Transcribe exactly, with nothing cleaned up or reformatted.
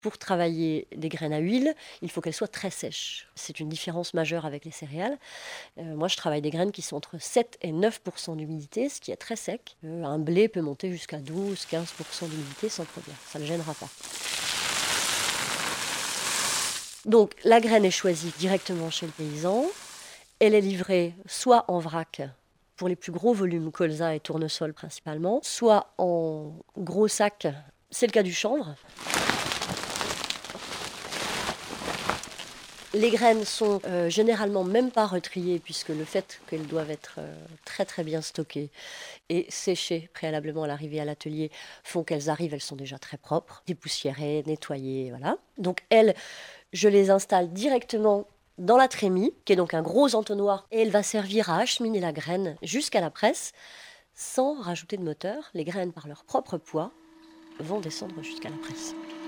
Pour travailler des graines à huile, il faut qu'elles soient très sèches. C'est une différence majeure avec les céréales. Euh, moi, je travaille des graines qui sont entre sept et neuf pour cent d'humidité, ce qui est très sec. Euh, un blé peut monter jusqu'à douze à quinze pour cent d'humidité sans problème. Ça ne gênera pas. Donc, la graine est choisie directement chez le paysan. Elle est livrée soit en vrac, pour les plus gros volumes, colza et tournesol principalement, soit en gros sacs. C'est le cas du chanvre. Les graines sont euh, généralement même pas retriées, puisque le fait qu'elles doivent être euh, très très bien stockées et séchées préalablement à l'arrivée à l'atelier font qu'elles arrivent, elles sont déjà très propres, dépoussiérées, nettoyées, voilà. Donc elles, je les installe directement dans la trémie, qui est donc un gros entonnoir, et elle va servir à acheminer la graine jusqu'à la presse, sans rajouter de moteur. Les graines, par leur propre poids, vont descendre jusqu'à la presse.